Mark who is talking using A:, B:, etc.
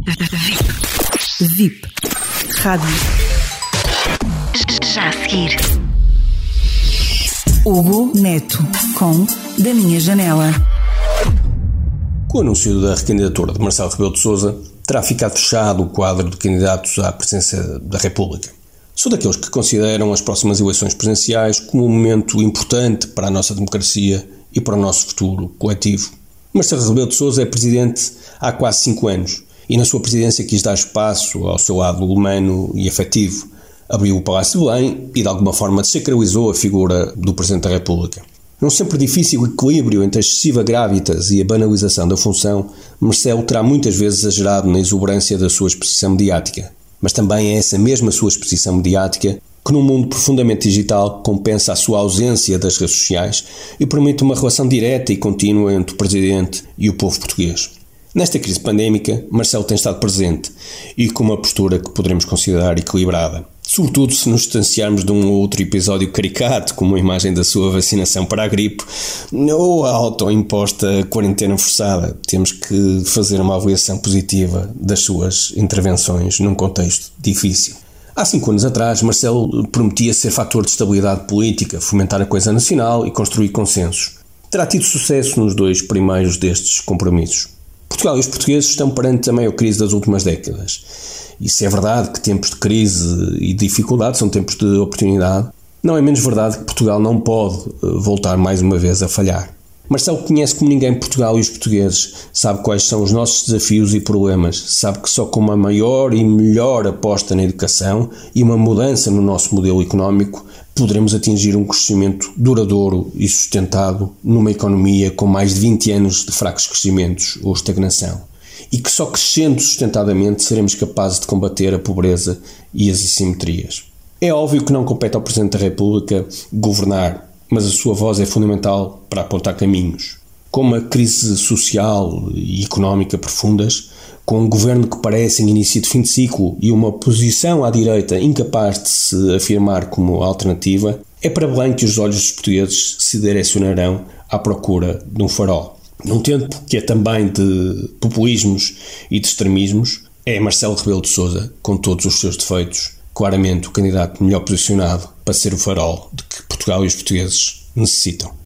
A: VIP Rádio.
B: Já a seguir,
A: Hugo Neto com Da Minha Janela.
C: Com o anúncio da recandidatura de Marcelo Rebelo de Sousa, terá ficado fechado o quadro de candidatos à presidência da República. Sou daqueles que consideram as próximas eleições presidenciais como um momento importante para a nossa democracia e para o nosso futuro coletivo. Marcelo Rebelo de Sousa é presidente há quase 5 anos e na sua presidência quis dar espaço ao seu lado humano e afetivo. Abriu o Palácio de Belém e de alguma forma desacralizou a figura do Presidente da República. Num sempre difícil equilíbrio entre a excessiva gravitas e a banalização da função, Marcelo terá muitas vezes exagerado na exuberância da sua exposição mediática. Mas também é essa mesma sua exposição mediática que num mundo profundamente digital compensa a sua ausência das redes sociais e permite uma relação direta e contínua entre o Presidente e o povo português. Nesta crise pandémica, Marcelo tem estado presente e com uma postura que poderemos considerar equilibrada. Sobretudo se nos distanciarmos de um ou outro episódio caricato, como a imagem da sua vacinação para a gripe ou a autoimposta quarentena forçada. Temos que fazer uma avaliação positiva das suas intervenções num contexto difícil. Há 5 anos atrás, Marcelo prometia ser fator de estabilidade política, fomentar a coesão nacional e construir consensos. Terá tido sucesso nos 2 primeiros destes compromissos. Portugal e os portugueses estão perante a maior crise das últimas décadas. E se é verdade que tempos de crise e dificuldade são tempos de oportunidade, não é menos verdade que Portugal não pode voltar mais uma vez a falhar. Marcelo conhece como ninguém Portugal e os portugueses, sabe quais são os nossos desafios e problemas, sabe que só com uma maior e melhor aposta na educação e uma mudança no nosso modelo económico poderemos atingir um crescimento duradouro e sustentado numa economia com mais de 20 anos de fracos crescimentos ou estagnação. E que só crescendo sustentadamente seremos capazes de combater a pobreza e as assimetrias. É óbvio que não compete ao Presidente da República governar, mas a sua voz é fundamental para apontar caminhos. Com uma crise social e económica profundas, com um governo que parece em início de fim de ciclo e uma oposição à direita incapaz de se afirmar como alternativa, é para Belém que os olhos dos portugueses se direcionarão à procura de um farol. Num tempo que é também de populismos e de extremismos, é Marcelo Rebelo de Sousa, com todos os seus defeitos, claramente o candidato melhor posicionado para ser o farol de que Portugal e os portugueses necessitam.